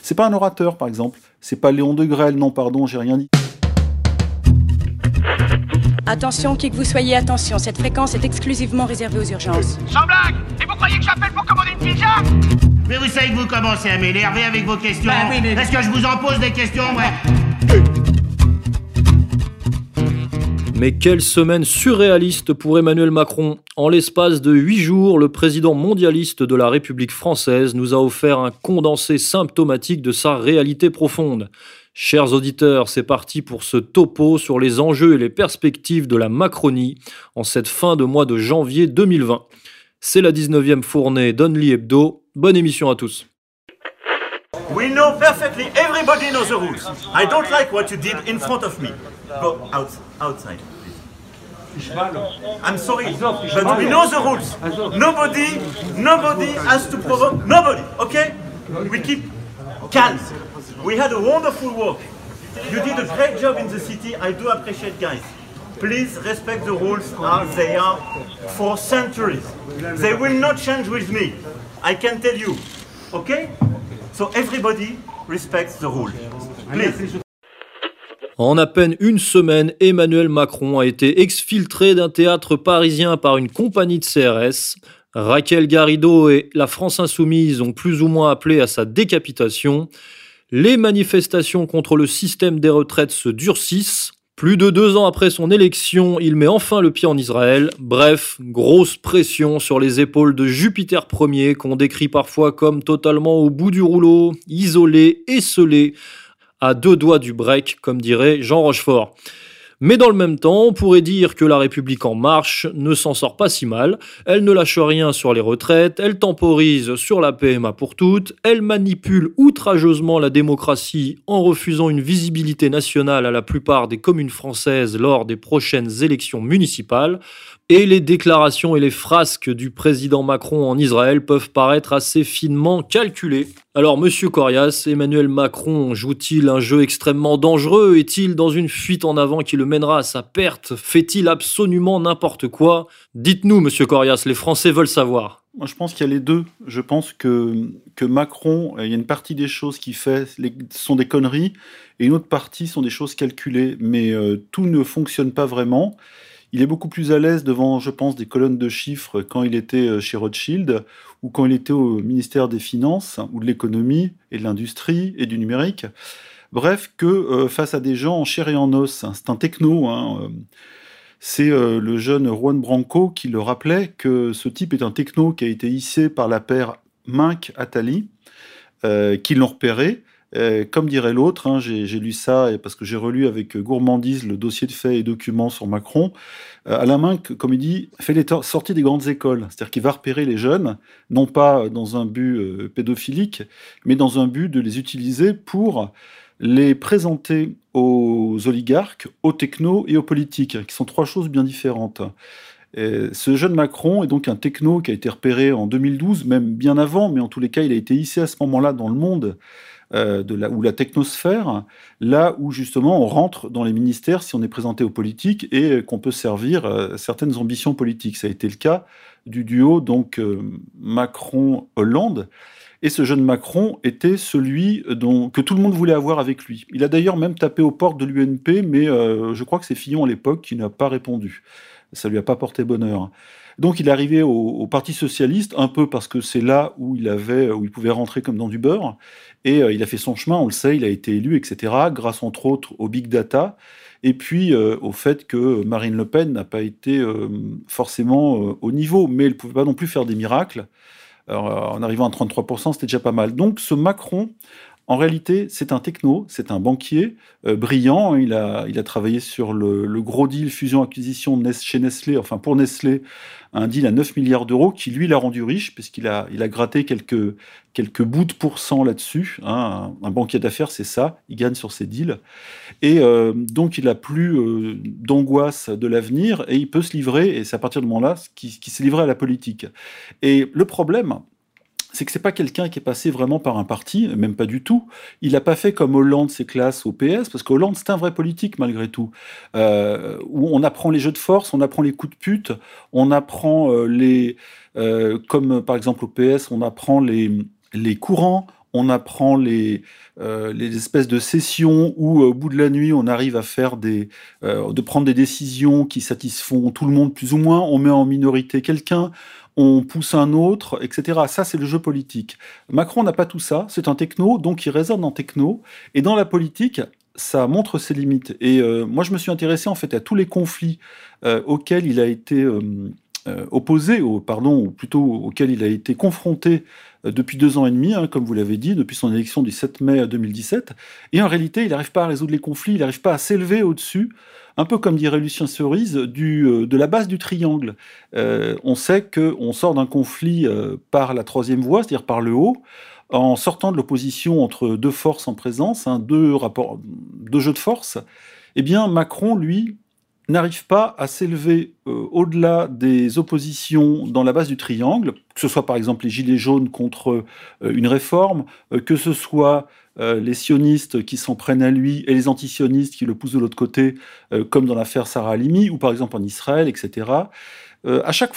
C'est pas un orateur, par exemple. C'est pas Léon Degrelle, non, pardon, j'ai rien dit. Attention, qui que vous soyez, attention, cette fréquence est exclusivement réservée aux urgences. Sans blague! Et vous croyez que j'appelle pour commander une pizza? Mais vous savez que vous commencez à m'énerver avec vos questions. Bah oui, mais... Est-ce que je vous en pose des questions, ouais? Mais quelle semaine surréaliste pour Emmanuel Macron. En l'espace de 8 jours, le président mondialiste de la République française nous a offert un condensé symptomatique de sa réalité profonde. Chers auditeurs, c'est parti pour ce topo sur les enjeux et les perspectives de la Macronie en cette fin de mois de janvier 2020. C'est la 19e fournée d'Only Hebdo. Bonne émission à tous. We know perfectly, everybody knows the rules. I don't like what you did in front of me. Go outside, please. I'm sorry, but we know the rules. Nobody has to provoke, nobody, okay? We keep calm. We had a wonderful work. You did a great job in the city, I do appreciate, guys. Please respect the rules as they are for centuries. They will not change with me, I can tell you, okay? So everybody respects the rule. Please. En à peine une semaine, Emmanuel Macron a été exfiltré d'un théâtre parisien par une compagnie de CRS. Raquel Garrido et la France Insoumise ont plus ou moins appelé à sa décapitation. Les manifestations contre le système des retraites se durcissent. Plus de 2 ans après son élection, il met enfin le pied en Israël. Bref, grosse pression sur les épaules de Jupiter Ier, qu'on décrit parfois comme totalement au bout du rouleau, isolé, esseulé, à 2 doigts du break, comme dirait Jean Rochefort. Mais dans le même temps, on pourrait dire que La République En Marche ne s'en sort pas si mal. Elle ne lâche rien sur les retraites, elle temporise sur la PMA pour toutes, elle manipule outrageusement la démocratie en refusant une visibilité nationale à la plupart des communes françaises lors des prochaines élections municipales. Et les déclarations et les frasques du président Macron en Israël peuvent paraître assez finement calculées. Alors, monsieur Corias, Emmanuel Macron joue-t-il un jeu extrêmement dangereux? Est-il dans une fuite en avant qui le mènera à sa perte? Fait-il absolument n'importe quoi? Dites-nous, monsieur Corias, les Français veulent savoir. Moi, je pense qu'il y a les deux. Je pense que Macron, il y a une partie des choses qu'il fait sont des conneries, et une autre partie sont des choses calculées. Mais tout ne fonctionne pas vraiment. Il est beaucoup plus à l'aise devant, je pense, des colonnes de chiffres quand il était chez Rothschild ou quand il était au ministère des Finances ou de l'économie et de l'industrie et du numérique. Bref, que face à des gens en chair et en os. C'est un techno. C'est le jeune Juan Branco qui le rappelait que ce type est un techno qui a été hissé par la paire Mink-Attali, qui l'ont repéré. Comme dirait l'autre, j'ai lu ça parce que j'ai relu avec gourmandise le dossier de faits et documents sur Macron. Alain Minc, comme il dit, fait les sorties des grandes écoles. C'est-à-dire qu'il va repérer les jeunes, non pas dans un but pédophilique, mais dans un but de les utiliser pour les présenter aux oligarques, aux technos et aux politiques, qui sont 3 choses bien différentes. Ce jeune Macron est donc un techno qui a été repéré en 2012, même bien avant, mais en tous les cas, il a été hissé à ce moment-là dans le monde ou la technosphère, là où justement on rentre dans les ministères si on est présenté aux politiques et qu'on peut servir certaines ambitions politiques. Ça a été le cas du duo donc Macron-Hollande. Et ce jeune Macron était celui que tout le monde voulait avoir avec lui. Il a d'ailleurs même tapé aux portes de l'UNP, mais je crois que c'est Fillon à l'époque qui n'a pas répondu. Ça lui a pas porté bonheur. Donc il est arrivé au Parti Socialiste, un peu parce que c'est là où il pouvait rentrer comme dans du beurre, et il a fait son chemin, on le sait, il a été élu, etc., grâce entre autres au big data, et puis au fait que Marine Le Pen n'a pas été forcément au niveau, mais elle ne pouvait pas non plus faire des miracles. Alors, en arrivant à 33%, c'était déjà pas mal. Donc ce Macron, en réalité, c'est un techno, c'est un banquier brillant. Il a travaillé sur le gros deal fusion-acquisition chez Nestlé, enfin pour Nestlé, un deal à 9 milliards d'euros qui, lui, l'a rendu riche, puisqu'il a gratté quelques bouts de pourcents là-dessus. Un banquier d'affaires, c'est ça, il gagne sur ses deals. Et donc, il n'a plus d'angoisse de l'avenir, et il peut se livrer, et c'est à partir de ce moment-là qu'il s'est livré à la politique. Et le problème, c'est que c'est pas quelqu'un qui est passé vraiment par un parti, même pas du tout. Il n'a pas fait comme Hollande ses classes au PS, parce qu'Hollande, c'est un vrai politique malgré tout, où on apprend les jeux de force, on apprend les coups de pute, on apprend comme par exemple au PS, on apprend les courants, on apprend les espèces de sessions où, au bout de la nuit, on arrive à faire de prendre des décisions qui satisfont tout le monde plus ou moins. On met en minorité quelqu'un, on pousse un autre, etc. Ça, c'est le jeu politique. Macron n'a pas tout ça. C'est un techno, donc il raisonne en techno. Et dans la politique, ça montre ses limites. Et moi, je me suis intéressé en fait à tous les conflits auxquels il a été opposé, ou plutôt auxquels il a été confronté depuis 2 ans et demi, comme vous l'avez dit, depuis son élection du 7 mai 2017. Et en réalité, il n'arrive pas à résoudre les conflits, il n'arrive pas à s'élever au-dessus, un peu comme dirait Lucien Cerise, de la base du triangle. On sait qu'on sort d'un conflit par la troisième voie, c'est-à-dire par le haut, en sortant de l'opposition entre deux forces en présence, deux jeux de force. Eh bien, Macron, lui, n'arrive pas à s'élever au-delà des oppositions dans la base du triangle, que ce soit par exemple les gilets jaunes contre une réforme, que ce soit les sionistes qui s'en prennent à lui et les antisionistes qui le poussent de l'autre côté, comme dans l'affaire Sarah Halimi, ou par exemple en Israël, etc. À chaque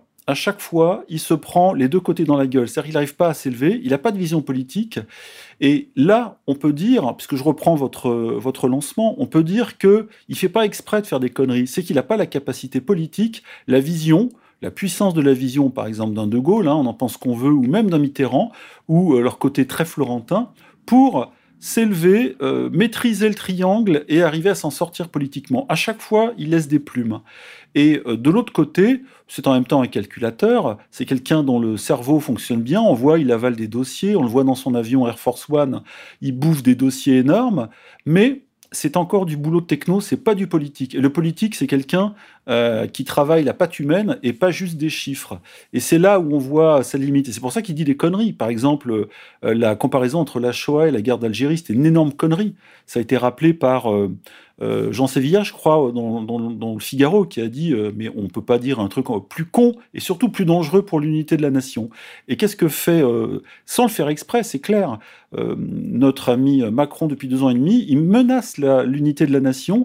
fois, il se prend les deux côtés dans la gueule. C'est-à-dire qu'il n'arrive pas à s'élever, il n'a pas de vision politique. Et là, on peut dire, puisque je reprends votre lancement, on peut dire qu'il ne fait pas exprès de faire des conneries. C'est qu'il n'a pas la capacité politique, la vision, la puissance de la vision, par exemple, d'un De Gaulle, on en pense qu'on veut, ou même d'un Mitterrand, ou leur côté très florentin, pour s'élever, maîtriser le triangle et arriver à s'en sortir politiquement. À chaque fois, il laisse des plumes. Et de l'autre côté, c'est en même temps un calculateur, c'est quelqu'un dont le cerveau fonctionne bien, on voit, il avale des dossiers, on le voit dans son avion Air Force One, il bouffe des dossiers énormes, mais c'est encore du boulot de techno, c'est pas du politique. Et le politique, c'est quelqu'un qui travaille la patte humaine et pas juste des chiffres. Et c'est là où on voit sa limite. Et c'est pour ça qu'il dit des conneries. Par exemple, la comparaison entre la Shoah et la guerre d'Algérie, c'était une énorme connerie. Ça a été rappelé par Jean Sévillat, je crois, dans le Figaro, qui a dit mais on ne peut pas dire un truc plus con et surtout plus dangereux pour l'unité de la nation. Et qu'est-ce que fait, sans le faire exprès, c'est clair, notre ami Macron depuis 2 ans et demi, il menace l'unité de la nation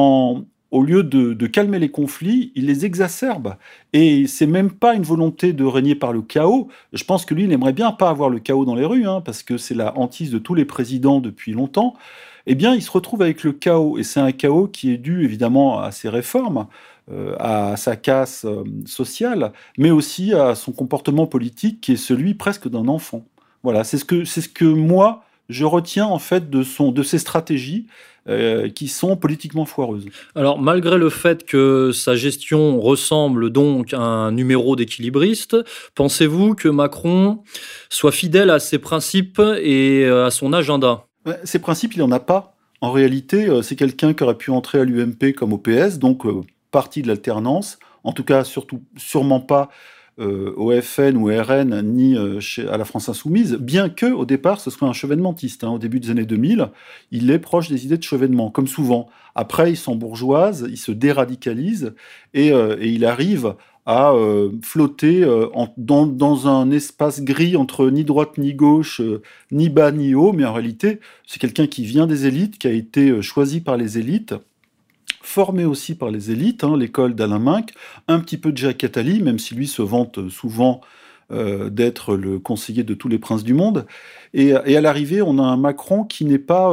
au lieu de calmer les conflits, il les exacerbe. Et c'est même pas une volonté de régner par le chaos. Je pense que lui, il aimerait bien pas avoir le chaos dans les rues, parce que c'est la hantise de tous les présidents depuis longtemps. Eh bien, il se retrouve avec le chaos. Et c'est un chaos qui est dû, évidemment, à ses réformes, à sa casse sociale, mais aussi à son comportement politique qui est celui presque d'un enfant. Voilà, c'est ce que moi, je retiens en fait de ses stratégies qui sont politiquement foireuses. Alors, malgré le fait que sa gestion ressemble donc à un numéro d'équilibriste, pensez-vous que Macron soit fidèle à ses principes et à son agenda ? Ses principes, il n'en a pas. En réalité, c'est quelqu'un qui aurait pu entrer à l'UMP comme au PS, donc parti de l'alternance, en tout cas sûrement pas au FN ou au RN, ni à la France Insoumise, bien que au départ ce soit un chevènementiste. Au début des années 2000, il est proche des idées de chevènement, comme souvent. Après, il s'embourgeoise, il se déradicalise, et il arrive à flotter dans un espace gris entre ni droite ni gauche, ni bas ni haut, mais en réalité, c'est quelqu'un qui vient des élites, qui a été choisi par les élites, formé aussi par les élites, l'école d'Alain Minc, un petit peu de Jacques Attali, même si lui se vante souvent d'être le conseiller de tous les princes du monde. Et à l'arrivée, on a un Macron qui n'est pas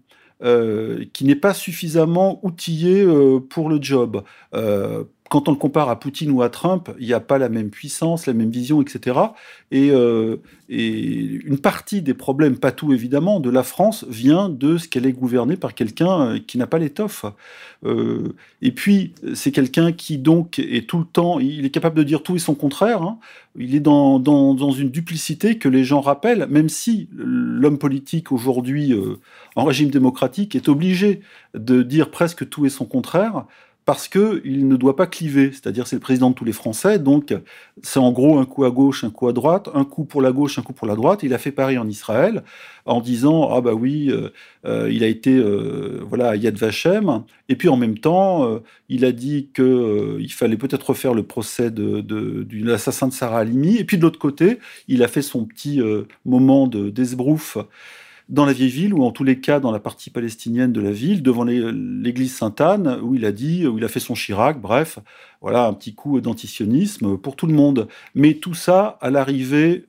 suffisamment outillé pour le job. Quand on le compare à Poutine ou à Trump, il n'y a pas la même puissance, la même vision, etc. Et une partie des problèmes, pas tout évidemment, de la France vient de ce qu'elle est gouvernée par quelqu'un qui n'a pas l'étoffe. Et puis, c'est quelqu'un qui donc est tout le temps, il est capable de dire tout et son contraire. Il est dans une duplicité que les gens rappellent, même si l'homme politique aujourd'hui, en régime démocratique, est obligé de dire presque tout et son contraire, parce qu'il ne doit pas cliver, c'est-à-dire c'est le président de tous les Français, donc c'est en gros un coup à gauche, un coup à droite, un coup pour la gauche, un coup pour la droite. Il a fait pareil en Israël, en disant « Ah bah oui, il a été à Yad Vashem », et puis en même temps, il a dit qu'il fallait peut-être refaire le procès de l'assassin de Sarah Halimi, et puis de l'autre côté, il a fait son petit moment d'esbrouf dans la vieille ville, ou en tous les cas dans la partie palestinienne de la ville, devant l'église Sainte-Anne, où il a fait son Chirac, bref, voilà, un petit coup d'antisionisme pour tout le monde. Mais tout ça, à l'arrivée,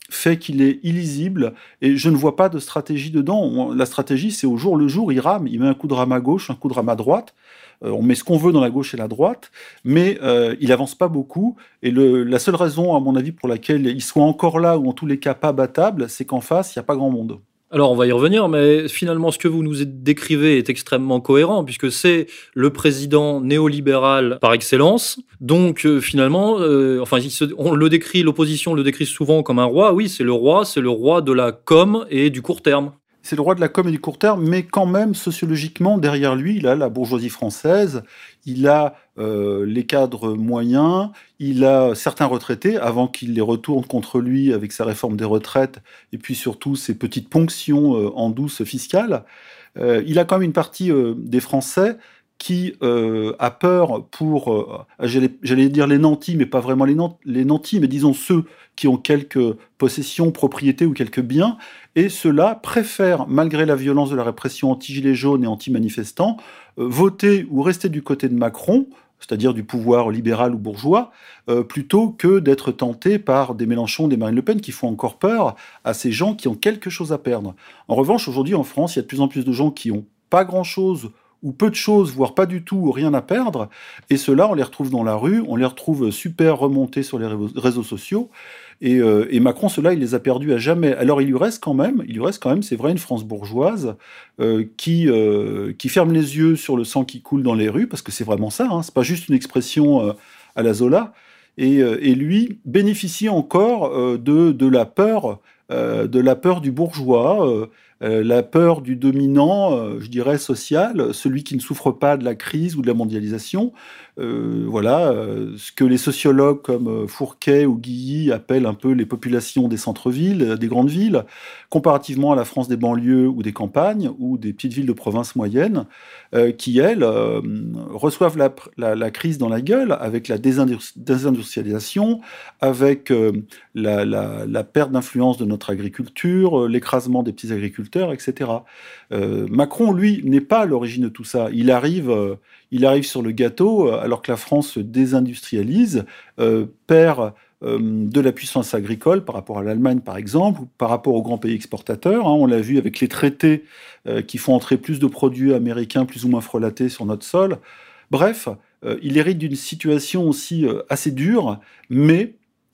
fait qu'il est illisible et je ne vois pas de stratégie dedans. La stratégie, c'est au jour le jour, il rame, il met un coup de rame à gauche, un coup de rame à droite. On met ce qu'on veut dans la gauche et la droite, mais il avance pas beaucoup. Et la seule raison, à mon avis, pour laquelle il soit encore là, ou en tous les cas pas battable, c'est qu'en face, il n'y a pas grand monde. Alors, on va y revenir, mais finalement, ce que vous nous décrivez est extrêmement cohérent, puisque c'est le président néolibéral par excellence. Donc, finalement, on le décrit, l'opposition le décrit souvent comme un roi. Oui, c'est le roi de la com et du court terme. C'est le roi de la com et du court terme, mais quand même, sociologiquement, derrière lui, il a la bourgeoisie française, il a les cadres moyens, il a certains retraités, avant qu'il les retourne contre lui avec sa réforme des retraites, et puis surtout ses petites ponctions en douce fiscales. Il a quand même une partie des Français qui a peur pour, j'allais dire les nantis, mais pas vraiment les nantis, mais disons ceux qui ont quelques possessions, propriétés ou quelques biens, et ceux-là préfèrent, malgré la violence de la répression anti-gilets jaunes et anti-manifestants, voter ou rester du côté de Macron, c'est-à-dire du pouvoir libéral ou bourgeois, plutôt que d'être tentés par des Mélenchon, des Marine Le Pen, qui font encore peur à ces gens qui ont quelque chose à perdre. En revanche, aujourd'hui, en France, il y a de plus en plus de gens qui n'ont pas grand-chose ou peu de choses, voire pas du tout, ou rien à perdre, et ceux-là, on les retrouve dans la rue, on les retrouve super remontés sur les réseaux sociaux, et Macron, ceux-là, il les a perdus à jamais. Alors il lui reste quand même, c'est vrai, une France bourgeoise qui ferme les yeux sur le sang qui coule dans les rues, parce que c'est vraiment ça, hein, c'est pas juste une expression à la Zola, et lui bénéficie encore de la peur du bourgeois, la peur du dominant, je dirais, social, celui qui ne souffre pas de la crise ou de la mondialisation. Ce que les sociologues comme Fourquet ou Guilly appellent un peu les populations des centres-villes, des grandes villes, comparativement à la France des banlieues ou des campagnes ou des petites villes de province moyenne, qui, elles, reçoivent la crise dans la gueule avec la désindustrialisation, avec la perte d'influence de notre agriculture, l'écrasement des petits agriculteurs, etc. Macron, lui, n'est pas à l'origine de tout ça. Il arrive sur le gâteau alors que la France se désindustrialise, perd de la puissance agricole par rapport à l'Allemagne, par exemple, ou par rapport aux grands pays exportateurs. Hein, on l'a vu avec les traités qui font entrer plus de produits américains plus ou moins frelatés sur notre sol. Bref, il hérite d'une situation aussi assez dure, mais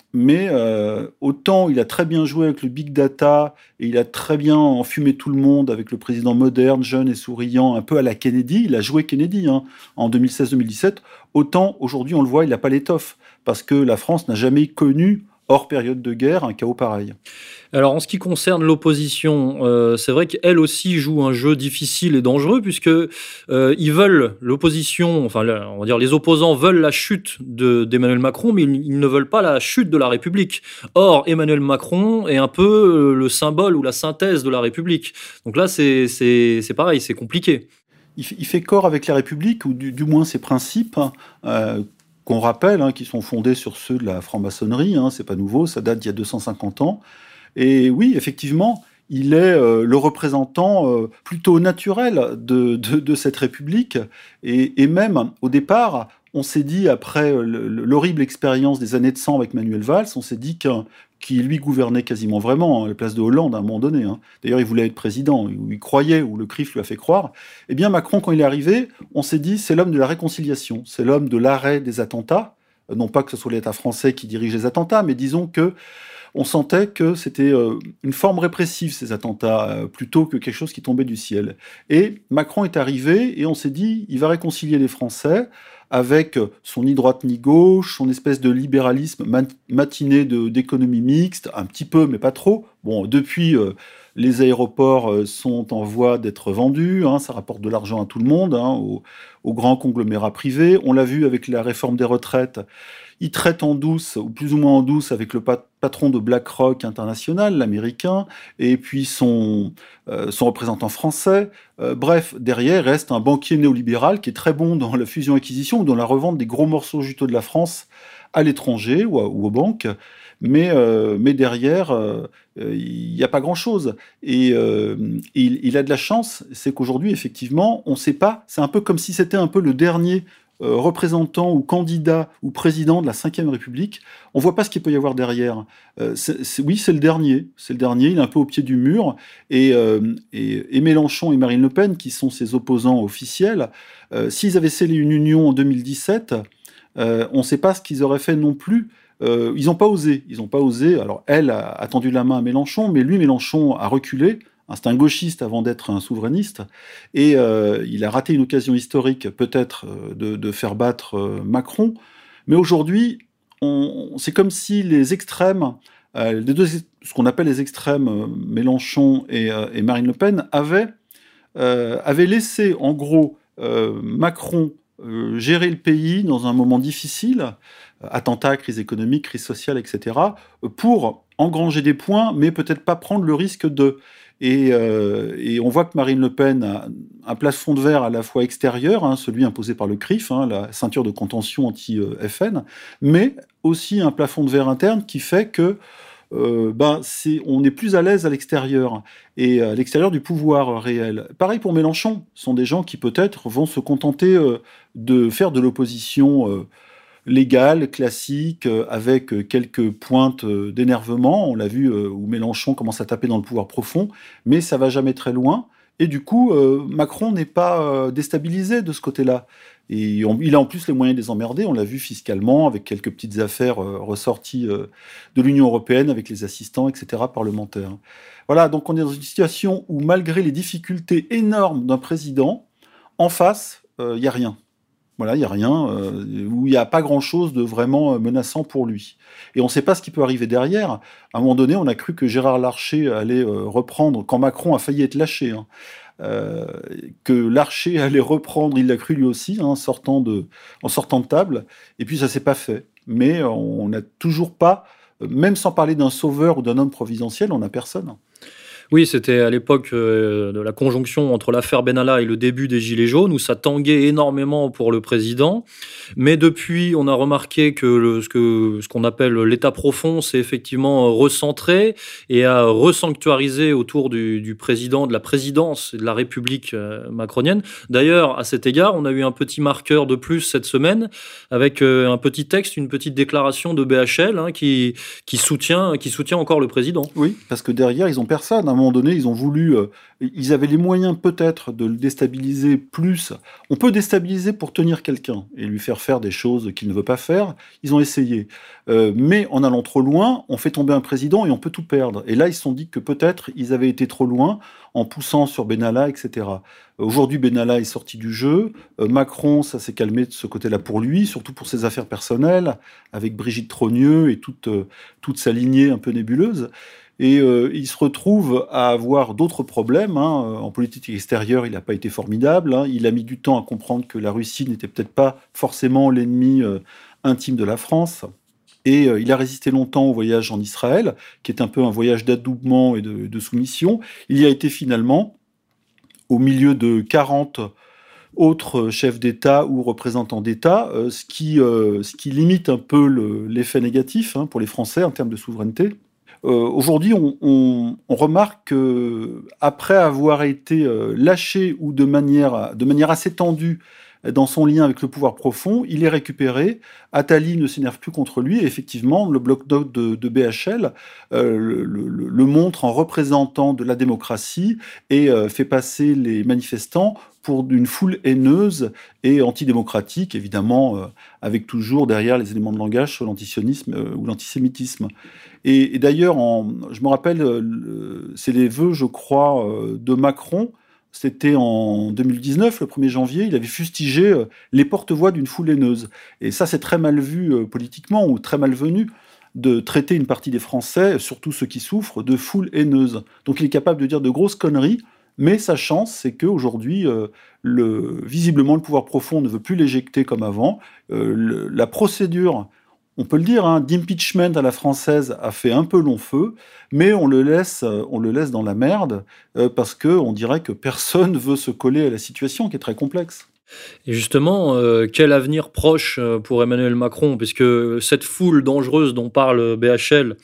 autant il a très bien joué avec le big data et il a très bien enfumé tout le monde avec le président moderne, jeune et souriant, un peu à la Kennedy. Il a joué Kennedy en 2016-2017. Autant aujourd'hui, on le voit, il n'a pas l'étoffe parce que la France n'a jamais connu, hors période de guerre, un chaos pareil. Alors, en ce qui concerne l'opposition, c'est vrai qu'elle aussi joue un jeu difficile et dangereux puisque ils veulent l'opposition, enfin, on va dire les opposants veulent la chute d'Emmanuel Macron, mais ils ne veulent pas la chute de la République. Or, Emmanuel Macron est un peu le symbole ou la synthèse de la République. Donc là, c'est pareil, c'est compliqué. Il fait corps avec la République, ou du moins ses principes, qu'on rappelle, qui sont fondés sur ceux de la franc-maçonnerie, c'est pas nouveau, ça date d'il y a 250 ans. Et oui, effectivement, il est le représentant plutôt naturel de cette République. Et même, au départ, on s'est dit, après l'horrible expérience des années de sang avec Manuel Valls, on s'est dit qu'il lui gouvernait quasiment vraiment, à la place de Hollande à un moment donné. D'ailleurs, il voulait être président, ou il croyait, ou le CRIF lui a fait croire. Eh bien, Macron, quand il est arrivé, on s'est dit, c'est l'homme de la réconciliation, c'est l'homme de l'arrêt des attentats. Non pas que ce soit l'État français qui dirige les attentats, mais disons que on sentait que c'était une forme répressive, ces attentats, plutôt que quelque chose qui tombait du ciel. Et Macron est arrivé, et on s'est dit, il va réconcilier les Français avec son ni droite ni gauche, son espèce de libéralisme matiné d'économie mixte, un petit peu, mais pas trop. Bon, depuis, les aéroports sont en voie d'être vendus, ça rapporte de l'argent à tout le monde, aux grands conglomérats privés. On l'a vu avec la réforme des retraites. Il traite en douce, ou plus ou moins en douce, avec le patron de BlackRock International, l'américain, et puis son représentant français. Bref, derrière reste un banquier néolibéral qui est très bon dans la fusion-acquisition ou dans la revente des gros morceaux juteux de la France à l'étranger ou aux banques. Mais derrière, il n'y a pas grand-chose. Et il a de la chance, c'est qu'aujourd'hui, effectivement, on ne sait pas, c'est un peu comme si c'était un peu le dernier représentant ou candidat ou président de la Ve République, on voit pas ce qu'il peut y avoir derrière. Oui, c'est le dernier, il est un peu au pied du mur, et Mélenchon et Marine Le Pen, qui sont ses opposants officiels, s'ils avaient scellé une union en 2017, on ne sait pas ce qu'ils auraient fait non plus. Ils n'ont pas osé. Alors, elle a tendu la main à Mélenchon, mais lui, Mélenchon, a reculé. C'est un gauchiste avant d'être un souverainiste. Et il a raté une occasion historique, peut-être, de faire battre Macron. Mais aujourd'hui, c'est comme si les extrêmes, ce qu'on appelle les extrêmes, Mélenchon et Marine Le Pen, avaient laissé, en gros, Macron gérer le pays dans un moment difficile, attentats, crise économique, crise sociale, etc., pour engranger des points, mais peut-être pas prendre le risque de... Et on voit que Marine Le Pen a un plafond de verre à la fois extérieur, celui imposé par le CRIF, la ceinture de contention anti-FN, mais aussi un plafond de verre interne qui fait que on est plus à l'aise à l'extérieur, et à l'extérieur du pouvoir réel. Pareil pour Mélenchon, ce sont des gens qui peut-être vont se contenter de faire de l'opposition légale, classique, avec quelques pointes d'énervement. On l'a vu où Mélenchon commence à taper dans le pouvoir profond, mais ça va jamais très loin. Et du coup, Macron n'est pas déstabilisé de ce côté-là. Et il a en plus les moyens de les emmerder, on l'a vu fiscalement, avec quelques petites affaires ressorties de l'Union européenne, avec les assistants, etc., parlementaires. Voilà, donc on est dans une situation où, malgré les difficultés énormes d'un président, en face, il n'y a rien. Voilà, il n'y a rien, où il n'y a pas grand-chose de vraiment menaçant pour lui. Et on ne sait pas ce qui peut arriver derrière. À un moment donné, on a cru que Gérard Larcher allait reprendre, quand Macron a failli être lâché, que Larcher allait reprendre, il l'a cru lui aussi, en sortant de table, et puis ça ne s'est pas fait. Mais on n'a toujours pas, même sans parler d'un sauveur ou d'un homme providentiel, on n'a personne. Oui, c'était à l'époque de la conjonction entre l'affaire Benalla et le début des Gilets jaunes, où ça tanguait énormément pour le président. Mais depuis, on a remarqué que ce qu'on appelle l'état profond s'est effectivement recentré et a resanctuarisé autour du président, de la présidence et de la République macronienne. D'ailleurs, à cet égard, on a eu un petit marqueur de plus cette semaine, avec un petit texte, une petite déclaration de BHL qui soutient encore le président. Oui, parce que derrière, ils n'ont personne. À un moment donné, ils ont voulu... ils avaient les moyens peut-être de le déstabiliser plus. On peut déstabiliser pour tenir quelqu'un et lui faire des choses qu'il ne veut pas faire. Ils ont essayé. Mais en allant trop loin, on fait tomber un président et on peut tout perdre. Et là, ils se sont dit que peut-être ils avaient été trop loin en poussant sur Benalla, etc. Aujourd'hui, Benalla est sorti du jeu. Macron, ça s'est calmé de ce côté-là pour lui, surtout pour ses affaires personnelles, avec Brigitte Trogneux et toute sa lignée un peu nébuleuse. Et il se retrouve à avoir d'autres problèmes. En politique extérieure, il n'a pas été formidable. Il a mis du temps à comprendre que la Russie n'était peut-être pas forcément l'ennemi intime de la France. Et il a résisté longtemps au voyage en Israël, qui est un peu un voyage d'adoubement et de soumission. Il y a été finalement au milieu de 40 autres chefs d'État ou représentants d'État, ce qui limite un peu l'effet négatif pour les Français en termes de souveraineté. Aujourd'hui, on remarque qu'après avoir été lâché ou de manière assez tendue dans son lien avec le pouvoir profond, il est récupéré. Attali ne s'énerve plus contre lui. Et effectivement, le bloc-notes de BHL le montre en représentant de la démocratie et fait passer les manifestants pour une foule haineuse et antidémocratique, évidemment, avec toujours derrière les éléments de langage sur l'antisionisme ou l'antisémitisme. Et d'ailleurs, je me rappelle, c'est les vœux, je crois, de Macron. C'était en 2019, le 1er janvier, il avait fustigé les porte-voix d'une foule haineuse. Et ça, c'est très mal vu politiquement, ou très malvenu, de traiter une partie des Français, surtout ceux qui souffrent, de foule haineuse. Donc il est capable de dire de grosses conneries, mais sa chance, c'est qu'aujourd'hui, visiblement, le pouvoir profond ne veut plus l'éjecter comme avant. La procédure, on peut le dire, d'impeachment à la française a fait un peu long feu, mais on le laisse dans la merde, parce qu'on dirait que personne veut se coller à la situation qui est très complexe. Et justement, quel avenir proche pour Emmanuel Macron, puisque cette foule dangereuse dont parle BHL,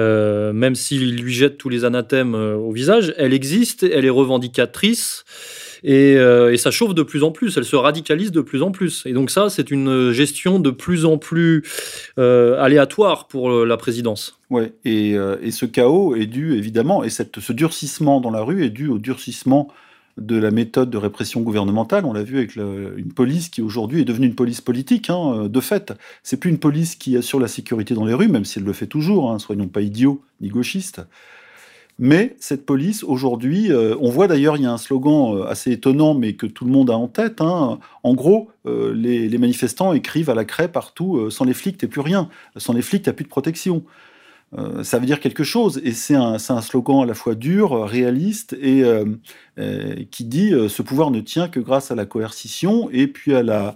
même s'il lui jette tous les anathèmes au visage, elle existe, elle est revendicatrice. Et ça chauffe de plus en plus, elle se radicalise de plus en plus. Et donc ça, c'est une gestion de plus en plus aléatoire pour la présidence. Ouais, et ce chaos est dû, évidemment, et ce durcissement dans la rue est dû au durcissement de la méthode de répression gouvernementale. On l'a vu avec une police qui aujourd'hui est devenue une police politique, de fait. C'est plus une police qui assure la sécurité dans les rues, même si elle le fait toujours, soyons pas idiots ni gauchistes. Mais cette police, aujourd'hui, on voit d'ailleurs, il y a un slogan assez étonnant, mais que tout le monde a en tête. En gros, les manifestants écrivent à la craie partout, sans les flics, t'es plus rien. Sans les flics, t'as plus de protection. Ça veut dire quelque chose, et c'est un slogan à la fois dur, réaliste, et qui dit ce pouvoir ne tient que grâce à la coercition, et puis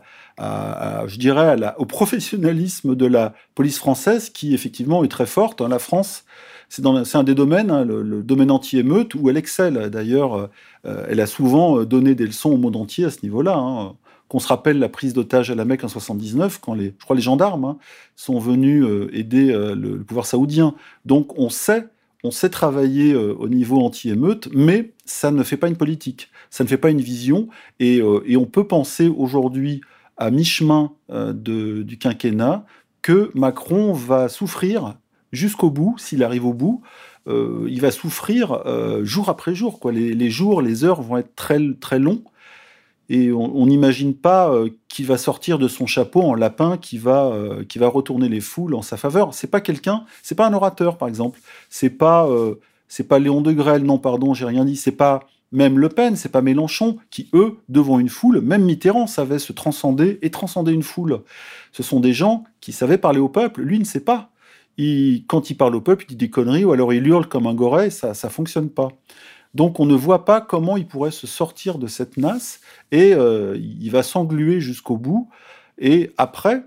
je dirais au professionnalisme de la police française, qui effectivement est très forte. La France, c'est un des domaines, le domaine anti-émeute, où elle excelle. D'ailleurs, elle a souvent donné des leçons au monde entier à ce niveau-là. Qu'on se rappelle la prise d'otage à la Mecque en 79, quand je crois les gendarmes sont venus aider le pouvoir saoudien. Donc on sait travailler au niveau anti-émeute, mais ça ne fait pas une politique, ça ne fait pas une vision, et on peut penser aujourd'hui, à mi-chemin du quinquennat, que Macron va souffrir jusqu'au bout, s'il arrive au bout. Il va souffrir jour après jour, quoi. Les jours, les heures vont être très, très longs. Et on n'imagine pas qu'il va sortir de son chapeau en lapin qui va retourner les foules en sa faveur. C'est pas un orateur, par exemple. C'est pas Léon Degrelle, non, pardon, j'ai rien dit. C'est pas même Le Pen, c'est pas Mélenchon, qui, eux, devant une foule, même Mitterrand savait se transcender et transcender une foule. Ce sont des gens qui savaient parler au peuple. Lui, il ne sait pas. Quand il parle au peuple, il dit des conneries, ou alors il hurle comme un goret, ça fonctionne pas. Donc on ne voit pas comment il pourrait se sortir de cette nasse, et il va s'engluer jusqu'au bout. Et après,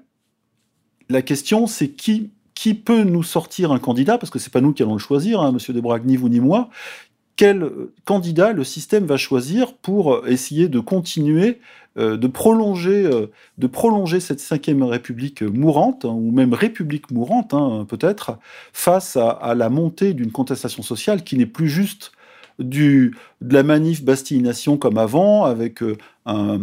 la question, c'est qui peut nous sortir un candidat, parce que c'est pas nous qui allons le choisir, Monsieur Debrag, ni vous ni moi. Quel candidat le système va choisir pour essayer de continuer, de prolonger cette 5e République mourante, ou même République mourante, peut-être, face à la montée d'une contestation sociale qui n'est plus juste de la manif Bastille-Nation comme avant, avec un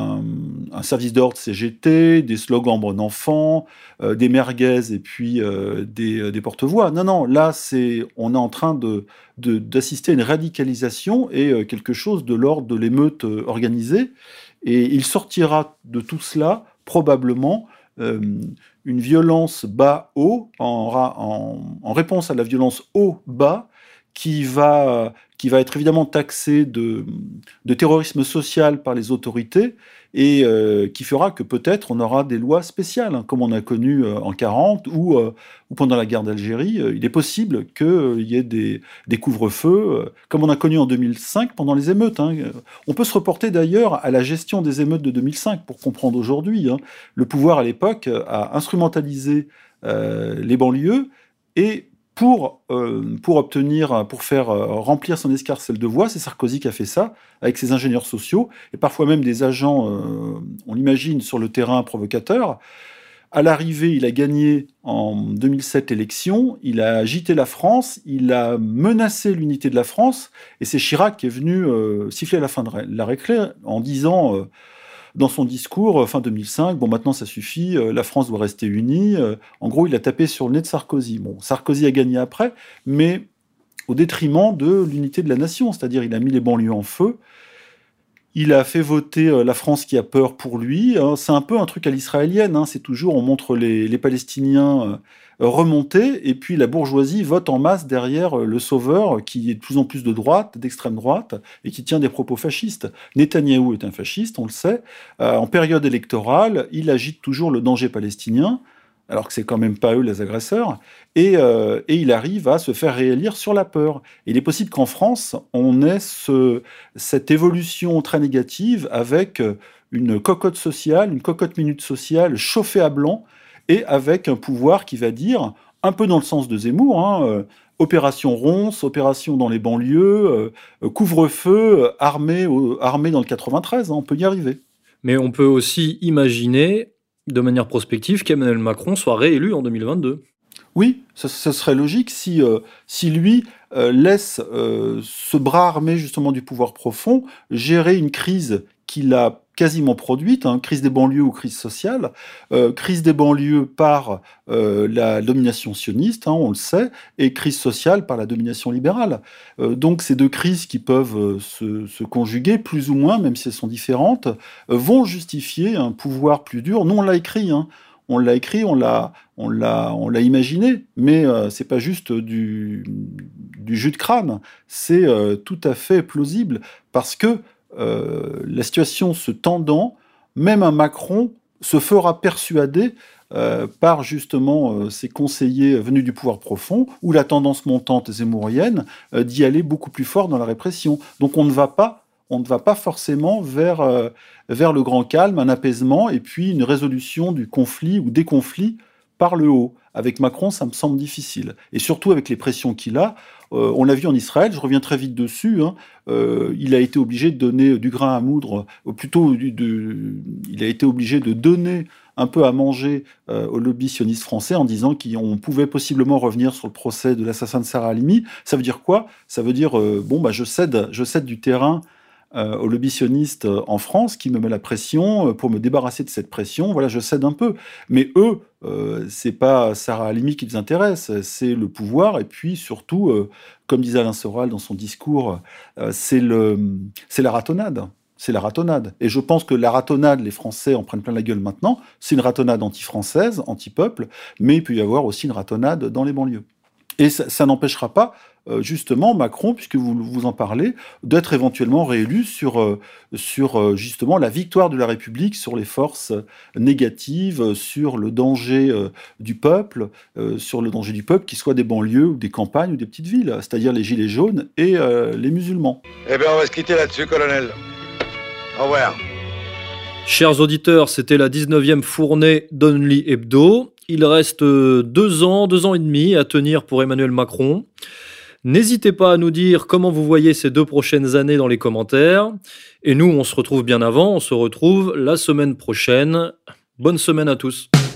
service d'ordre CGT, des slogans bon enfant, des merguez et puis des porte-voix. Non, là, on est en train d'assister à une radicalisation et quelque chose de l'ordre de l'émeute organisée. Et il sortira de tout cela, probablement, une violence bas-haut, en réponse à la violence haut-bas, qui va être évidemment taxé de terrorisme social par les autorités, et qui fera que peut-être on aura des lois spéciales, comme on a connu en 1940 ou pendant la guerre d'Algérie. Il est possible qu'il y ait des couvre-feux, comme on a connu en 2005 pendant les émeutes. On peut se reporter d'ailleurs à la gestion des émeutes de 2005 pour comprendre aujourd'hui. Le pouvoir à l'époque a instrumentalisé les banlieues, et pour faire remplir son escarcelle de voix, c'est Sarkozy qui a fait ça, avec ses ingénieurs sociaux, et parfois même des agents, on l'imagine, sur le terrain provocateurs. À l'arrivée, il a gagné en 2007 l'élection, il a agité la France, il a menacé l'unité de la France, et c'est Chirac qui est venu siffler à la fin de la récré en disant... dans son discours, fin 2005, bon, maintenant ça suffit, la France doit rester unie. En gros, il a tapé sur le nez de Sarkozy. Bon, Sarkozy a gagné après, mais au détriment de l'unité de la nation, c'est-à-dire il a mis les banlieues en feu, il a fait voter la France qui a peur pour lui. C'est un peu un truc à l'israélienne, c'est toujours, on montre les Palestiniens remonter, et puis la bourgeoisie vote en masse derrière le sauveur, qui est de plus en plus de droite, d'extrême droite, et qui tient des propos fascistes. Netanyahou est un fasciste, on le sait. En période électorale, il agite toujours le danger palestinien, alors que c'est quand même pas eux les agresseurs, et il arrive à se faire réélire sur la peur. Et il est possible qu'en France, on ait cette évolution très négative avec une cocotte sociale, une cocotte minute sociale chauffée à blanc, et avec un pouvoir qui va dire, un peu dans le sens de Zemmour, opération Ronce, opération dans les banlieues, couvre-feu, armée dans le 93, on peut y arriver. Mais on peut aussi imaginer, de manière prospective, qu'Emmanuel Macron soit réélu en 2022. Oui, ça serait logique si lui laisse ce bras armé justement du pouvoir profond gérer une crise qu'il a quasiment produite, hein, crise des banlieues ou crise sociale, crise des banlieues par la domination sioniste, hein, on le sait, et crise sociale par la domination libérale. Donc ces deux crises qui peuvent se conjuguer, plus ou moins, même si elles sont différentes, vont justifier un pouvoir plus dur. Nous, on l'a écrit, hein. On l'a écrit, on l'a imaginé, mais c'est pas juste du jus de crâne, c'est tout à fait plausible, parce que la situation se tendant, même un Macron se fera persuader par justement ses conseillers venus du pouvoir profond, ou la tendance montante zémourienne, d'y aller beaucoup plus fort dans la répression. Donc on ne va pas forcément vers le grand calme, un apaisement, et puis une résolution du conflit ou des conflits par le haut. Avec Macron, ça me semble difficile. Et surtout avec les pressions qu'il a, on l'a vu en Israël, je reviens très vite dessus, hein, il a été obligé de donner du grain à moudre, ou plutôt il a été obligé de donner un peu à manger au lobby sioniste français en disant qu'on pouvait possiblement revenir sur le procès de l'assassin de Sarah Halimi. Ça veut dire quoi? Ça veut dire, je cède du terrain au lobby sioniste en France qui me met la pression pour me débarrasser de cette pression. Voilà, je cède un peu. Mais eux, c'est pas Sarah Halimi qui les intéresse, c'est le pouvoir. Et puis surtout, comme disait Alain Soral dans son discours, c'est la ratonnade. C'est la ratonnade. Et je pense que la ratonnade, les Français en prennent plein la gueule maintenant. C'est une ratonnade anti-française, anti-peuple, mais il peut y avoir aussi une ratonnade dans les banlieues. Et ça n'empêchera pas, justement, Macron, puisque vous en parlez, d'être éventuellement réélu sur justement la victoire de la République sur les forces négatives, sur le danger du peuple, qui soit des banlieues ou des campagnes ou des petites villes, c'est-à-dire les gilets jaunes et les musulmans. Eh bien, on va se quitter là-dessus, colonel. Au revoir. Chers auditeurs, c'était la 19e fournée d'Only Hebdo. Il reste 2 ans et demi à tenir pour Emmanuel Macron. N'hésitez pas à nous dire comment vous voyez ces 2 prochaines années dans les commentaires. Et nous, on se retrouve bien avant, on se retrouve la semaine prochaine. Bonne semaine à tous.